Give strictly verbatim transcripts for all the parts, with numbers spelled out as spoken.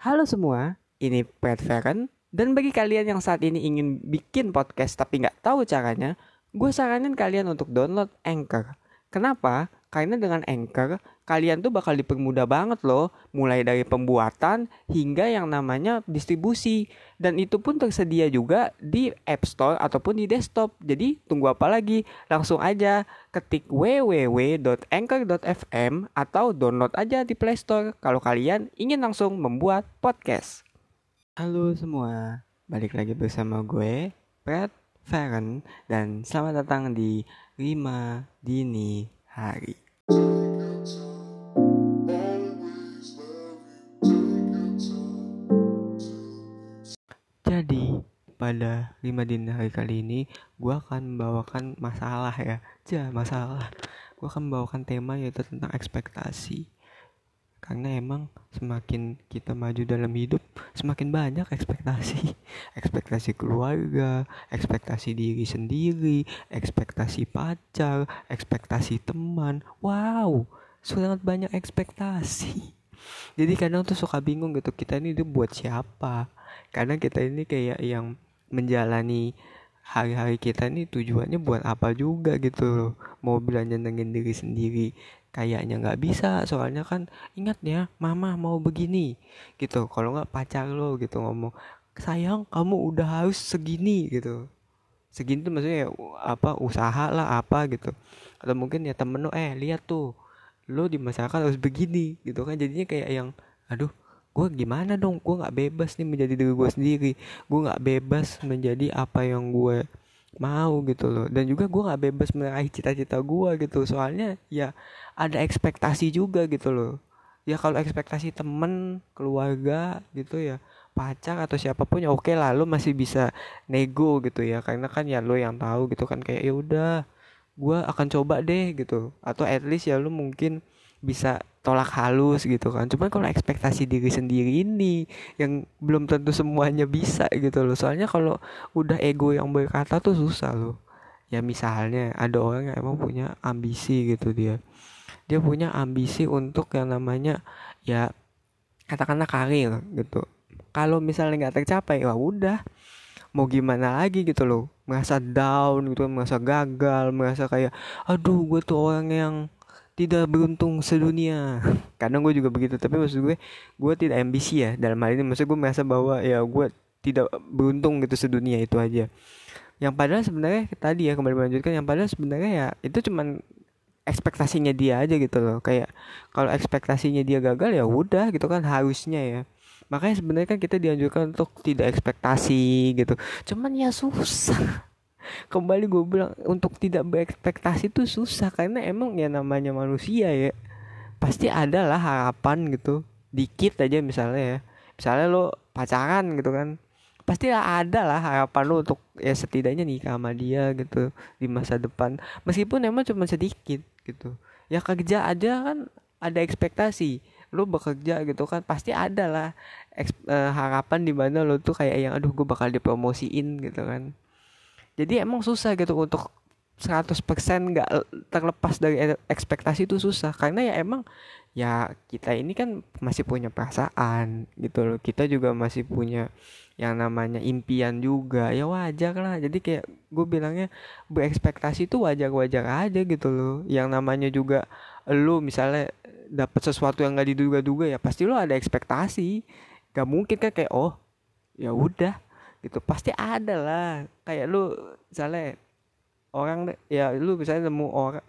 Halo semua, ini Pat Feren. Dan bagi kalian yang saat ini ingin bikin podcast tapi nggak tahu caranya, gue saranin kalian untuk download Anchor. Kenapa? Karena dengan Anchor, kalian tuh bakal dipermudah banget loh, mulai dari pembuatan hingga yang namanya distribusi. Dan itu pun tersedia juga di App Store ataupun di desktop. Jadi tunggu apa lagi? Langsung aja ketik w w w dot anchor dot f m atau download aja di Play Store kalau kalian ingin langsung membuat podcast. Halo semua, balik lagi bersama gue, Brad Feren, dan selamat datang di lima Dini Hari. Jadi, pada lima Dini Hari kali ini, gue akan membawakan masalah ya. Ja, masalah. Gue akan membawakan tema yaitu tentang ekspektasi. Karena emang semakin kita maju dalam hidup, semakin banyak ekspektasi. Ekspektasi keluarga, ekspektasi diri sendiri, ekspektasi pacar, ekspektasi teman. Wow, sangat banyak ekspektasi. Jadi kadang tuh suka bingung gitu, kita ini hidup buat siapa? Karena kita ini kayak yang menjalani hari-hari kita ini tujuannya buat apa juga gitu loh. Mau bilang nyenengin diri sendiri kayaknya nggak bisa, soalnya kan ingat ya, mama mau begini gitu. Kalau nggak pacar lo gitu ngomong, sayang kamu udah harus segini gitu. Segini tuh maksudnya ya, apa usaha lah apa gitu. Atau mungkin ya temen lo, eh lihat tuh lo di masyarakat harus begini gitu kan. Jadinya kayak yang aduh, gue gimana dong, gue nggak bebas nih menjadi diri gue sendiri, gue nggak bebas menjadi apa yang gue mau gitu loh. Dan juga gue nggak bebas meraih cita-cita gue gitu, soalnya ya ada ekspektasi juga gitu loh. Ya kalau ekspektasi temen, keluarga gitu ya, pacar atau siapapun ya oke lah, lo masih bisa nego gitu ya, karena kan ya lo yang tahu gitu kan, kayak ya udah gue akan coba deh gitu, atau at least ya lo mungkin bisa tolak halus gitu kan. Cuman kalau ekspektasi diri sendiri ini yang belum tentu semuanya bisa gitu loh. Soalnya kalau udah ego yang berkata tuh susah loh. Ya misalnya ada orang yang emang punya ambisi gitu, dia dia punya ambisi untuk yang namanya ya katakanlah karir gitu. Kalau misalnya nggak tercapai, wah udah mau gimana lagi gitu loh, merasa down gitu, merasa gagal, merasa kayak aduh gue tuh orang yang tidak beruntung sedunia. Kadang gue juga begitu, tapi maksud gue gue tidak ambisi ya dalam hal ini. Maksud gue merasa bahwa ya gue tidak beruntung gitu sedunia, itu aja. Yang padahal sebenarnya tadi ya, kembali melanjutkan, yang padahal sebenarnya ya itu cuman ekspektasinya dia aja gitu loh. Kayak kalau ekspektasinya dia gagal ya udah gitu kan, harusnya ya. Makanya sebenarnya kan kita dianjurkan untuk tidak ekspektasi gitu. Cuman ya susah. Kembali gue bilang, untuk tidak berekspektasi itu susah karena emang ya namanya manusia ya. Pasti ada lah harapan gitu. Dikit aja misalnya ya. Misalnya lo pacaran gitu kan, pasti ada lah harapan lo untuk ya setidaknya nikah sama dia gitu di masa depan. Meskipun emang cuma sedikit gitu. Ya kerja aja kan ada ekspektasi. Lo bekerja gitu kan, pasti ada lah eks- eh, harapan di mana lo tuh kayak yang aduh gue bakal dipromosiin gitu kan. Jadi emang susah gitu untuk seratus persen nggak terlepas dari ekspektasi, itu susah. Karena ya emang ya kita ini kan masih punya perasaan gitu loh. Kita juga masih punya yang namanya impian juga. Ya wajar lah. Jadi kayak gue bilangnya berekspektasi itu wajar-wajar aja gitu loh. Yang namanya juga lu misalnya dapat sesuatu yang nggak diduga-duga, ya pasti lo ada ekspektasi. Gak mungkin kan kayak oh ya udah gitu, pasti ada lah. Kayak lu misalnya orang ya lu misalnya nemu orang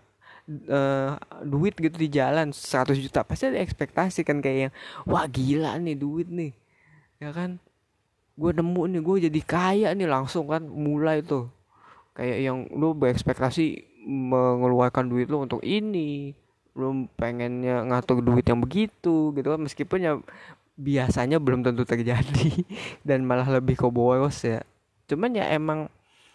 uh, duit gitu di jalan seratus juta, pasti ada ekspektasi kan, kayak yang wah gila nih duit nih ya kan, gue nemu nih, gue jadi kaya nih, langsung kan mulai tuh kayak yang lu berekspektasi mengeluarkan duit lu untuk ini, lu pengennya ngatur duit yang begitu gitu kan. Meskipun ya biasanya belum tentu terjadi dan malah lebih ke boros ya. Cuman ya emang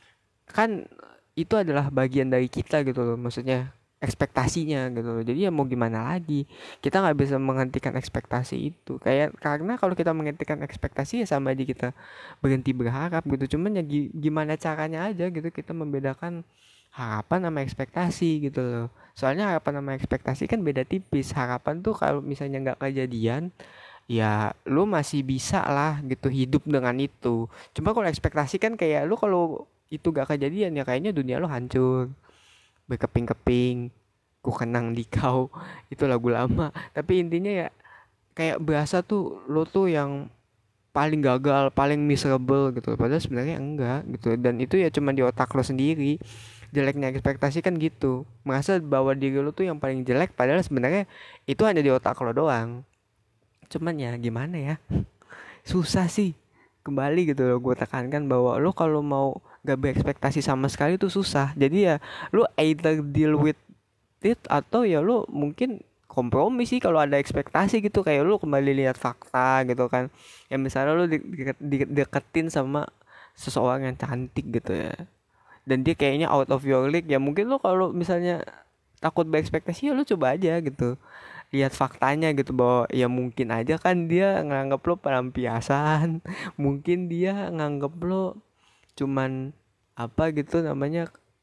kan itu adalah bagian dari kita gitu loh, maksudnya ekspektasinya gitu loh. Jadi ya mau gimana lagi, kita nggak bisa menghentikan ekspektasi itu. Kayak karena kalau kita menghentikan ekspektasi ya sama aja kita berhenti berharap gitu. Cuman ya gimana caranya aja gitu kita membedakan harapan sama ekspektasi gitu loh. Soalnya harapan sama ekspektasi kan beda tipis. Harapan tuh kalau misalnya nggak kejadian ya lu masih bisa lah gitu hidup dengan itu. Cuma kalau ekspektasi kan kayak lu kalau itu gak kejadian ya kayaknya dunia lu hancur, berkeping-keping, ku kenang di kau. Itu lagu lama, tapi intinya ya kayak berasa tuh lu tuh yang paling gagal, paling miserable gitu. Padahal sebenarnya enggak gitu. Dan itu ya cuma di otak lo sendiri. Jeleknya ekspektasi kan gitu. Merasa bahwa diri lo tuh yang paling jelek padahal sebenarnya itu hanya di otak lo doang. Cuman ya gimana ya? Susah sih. Kembali gitu loh gue tekankan bahwa lo kalau mau gak berekspektasi sama sekali tuh susah. Jadi ya lo either deal with it atau ya lo mungkin kompromi sih kalau ada ekspektasi gitu, kayak lu kembali lihat fakta gitu kan, ya misalnya lu di, di, di, deketin sama seseorang yang cantik gitu ya dan dia kayaknya out of your league, ya mungkin lu kalau misalnya takut berekspektasi ya lu coba aja gitu lihat faktanya gitu bahwa ya mungkin aja kan dia nganggep lo pelampiasan mungkin dia nganggep lo cuman apa gitu namanya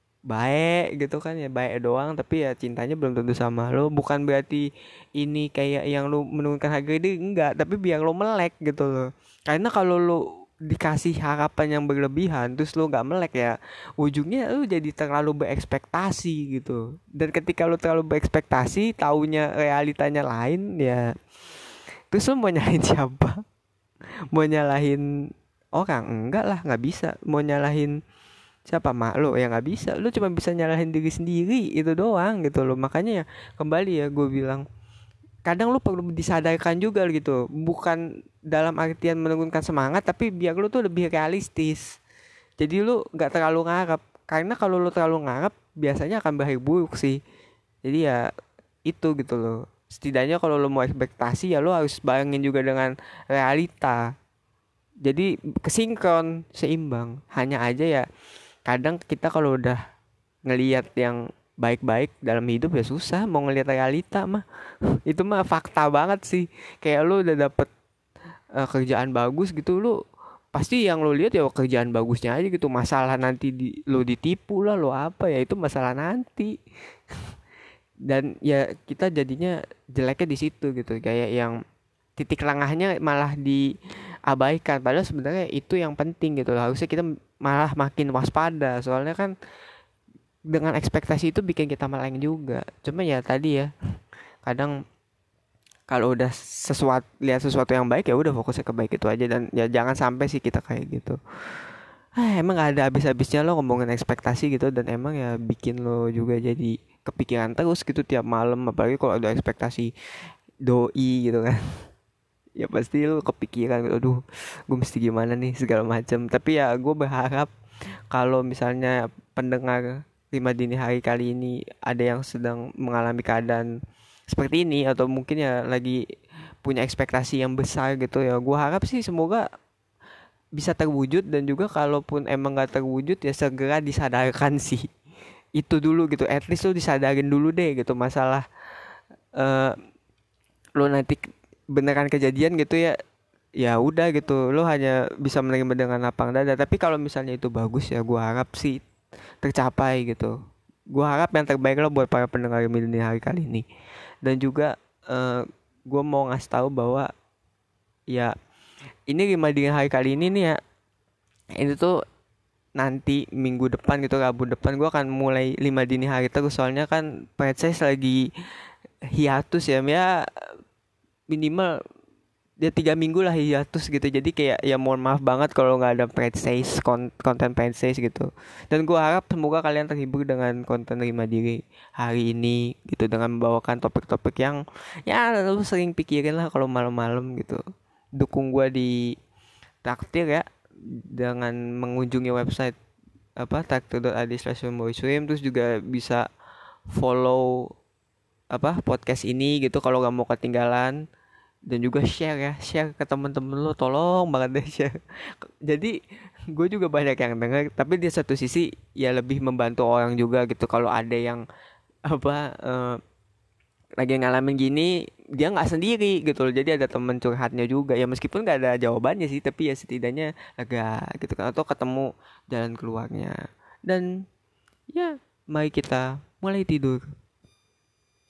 baik gitu kan, ya baik doang tapi ya cintanya belum tentu sama lo. Bukan berarti ini kayak yang lo menurunkan harga diri, enggak, tapi biar lo melek gitu loh. Karena kalau lo dikasih harapan yang berlebihan terus lo gak melek ya ujungnya lo jadi terlalu berekspektasi gitu. Dan ketika lo terlalu berekspektasi taunya realitanya lain ya, terus lo mau nyalahin siapa? Mau nyalahin orang? Enggak lah, gak bisa. Mau nyalahin siapa, mak lo? Ya nggak bisa, lo cuma bisa nyalahin diri sendiri itu doang gitu loh. Makanya ya kembali ya gue bilang kadang lo perlu disadarkan juga gitu, bukan dalam artian menurunkan semangat tapi biar lo tuh lebih realistis. Jadi lo nggak terlalu ngarep, karena kalau lo terlalu ngarep biasanya akan berakhir buruk sih. Jadi ya itu gitu loh, setidaknya kalau lo mau ekspektasi ya lo harus barengin juga dengan realita, jadi kesinkron, seimbang. Hanya aja ya kadang kita kalau udah ngelihat yang baik-baik dalam hidup ya susah mau ngelihat realita mah. Itu mah fakta banget sih. Kayak lu udah dapet uh, kerjaan bagus gitu, lu pasti yang lu lihat ya kerjaan bagusnya aja gitu. Masalah nanti di, lu ditipu lah lu apa ya itu masalah nanti. Dan ya kita jadinya jeleknya di situ gitu, kayak yang titik lengahnya malah diabaikan padahal sebenarnya itu yang penting gitu. Harusnya kita malah makin waspada, soalnya kan dengan ekspektasi itu bikin kita meleng juga. Cuma ya tadi ya kadang kalau udah sesuatu lihat sesuatu yang baik ya udah fokusnya ke baik itu aja, dan ya jangan sampai sih kita kayak gitu. Ah, emang gak ada habis-habisnya lo ngomongin ekspektasi gitu, dan emang ya bikin lo juga jadi kepikiran terus gitu tiap malam, apalagi kalau ada ekspektasi doi gitu kan. Ya pasti lo kepikiran gitu, aduh gue mesti gimana nih segala macam. Tapi ya gue berharap kalau misalnya pendengar lima dini hari kali ini ada yang sedang mengalami keadaan seperti ini atau mungkin ya lagi punya ekspektasi yang besar gitu, ya gue harap sih semoga bisa terwujud. Dan juga kalaupun emang gak terwujud ya segera disadarkan sih itu dulu gitu, at least lo disadarin dulu deh gitu masalah uh, lo nanti beneran kejadian gitu ya, ya udah gitu lo hanya bisa menerima dengan lapang dada. Tapi kalau misalnya itu bagus ya gue harap sih tercapai gitu. Gue harap yang terbaik lo buat para pendengar milenial hari kali ini. Dan juga uh, gue mau ngasih tahu bahwa ya ini lima dini hari kali ini nih ya, ini tuh nanti minggu depan gitu, Rabu depan gue akan mulai lima dini hari terus, soalnya kan Petsys lagi hiatus ya, ya minimal dia tiga minggu lah hiatus gitu. Jadi kayak ya mohon maaf banget kalau nggak ada Petsys, konten Petsys gitu. Dan gue harap semoga kalian terhibur dengan konten lima diri hari ini gitu, dengan membawakan topik-topik yang ya lu sering pikirin lah kalau malam-malam gitu. Dukung gue di Traktir ya dengan mengunjungi website apa traktir dot i d slash swim, terus juga bisa follow apa podcast ini gitu kalau gak mau ketinggalan. Dan juga share ya, share ke temen-temen lo, tolong banget deh share. Jadi gue juga banyak yang denger, tapi di satu sisi ya lebih membantu orang juga gitu. Kalau ada yang apa uh, lagi ngalamin gini, dia nggak sendiri gitu loh. Jadi ada temen curhatnya juga ya, meskipun nggak ada jawabannya sih, tapi ya setidaknya lega gitu kan, atau ketemu jalan keluarnya. Dan ya mari kita mulai tidur.